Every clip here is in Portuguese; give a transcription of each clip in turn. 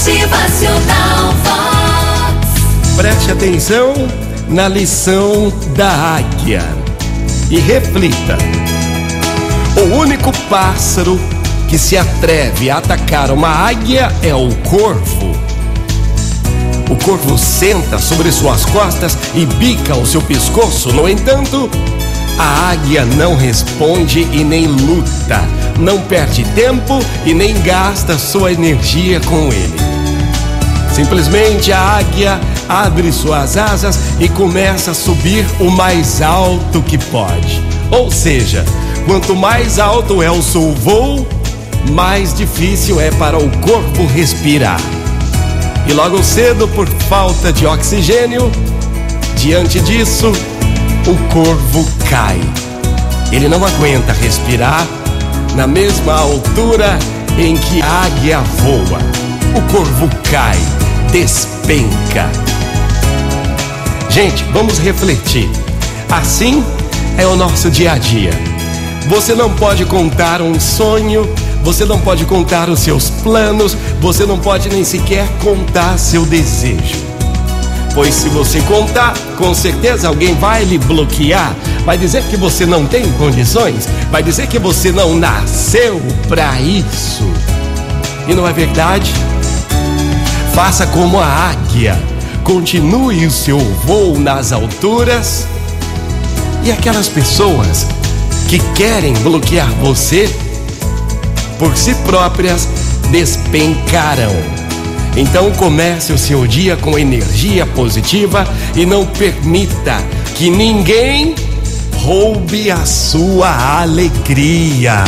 Motivacional Vox. Preste atenção na lição da águia e reflita. O único pássaro que se atreve a atacar uma águia é o corvo. O corvo senta sobre suas costas e bica o seu pescoço. No entanto, a águia não responde e nem luta, não perde tempo e nem gasta sua energia com ele. Simplesmente a águia abre suas asas e começa a subir o mais alto que pode. Ou seja, quanto mais alto é o seu voo, mais difícil é para o corpo respirar. E logo cedo, por falta de oxigênio, diante disso, o corvo cai. Ele não aguenta respirar na mesma altura em que a águia voa. O corvo cai, despenca. Gente, vamos refletir. Assim é o nosso dia a dia. Você não pode contar um sonho, você não pode contar os seus planos, você não pode nem sequer contar seu desejo. Pois se você contar, com certeza alguém vai lhe bloquear, vai dizer que você não tem condições, vai dizer que você não nasceu para isso. E não é verdade? Faça como a águia, continue o seu voo nas alturas, e aquelas pessoas que querem bloquear você, por si próprias, despencarão. Então comece o seu dia com energia positiva e não permita que ninguém roube a sua alegria.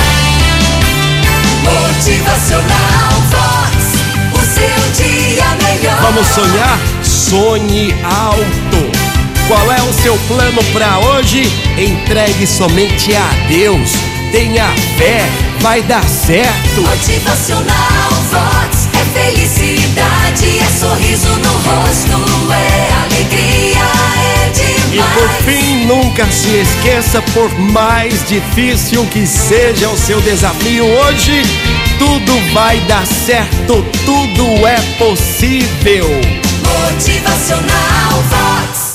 Motivacional Vox, o seu dia melhor. Vamos sonhar? Sonhe alto. Qual é o seu plano para hoje? Entregue somente a Deus. Tenha fé, vai dar certo. Motivacional Vox, é felicidade, é sorriso no rosto, é alegria, é demais. E por fim, nunca se esqueça, por mais difícil que seja o seu desafio hoje, tudo vai dar certo, tudo é possível. Motivacional Vox.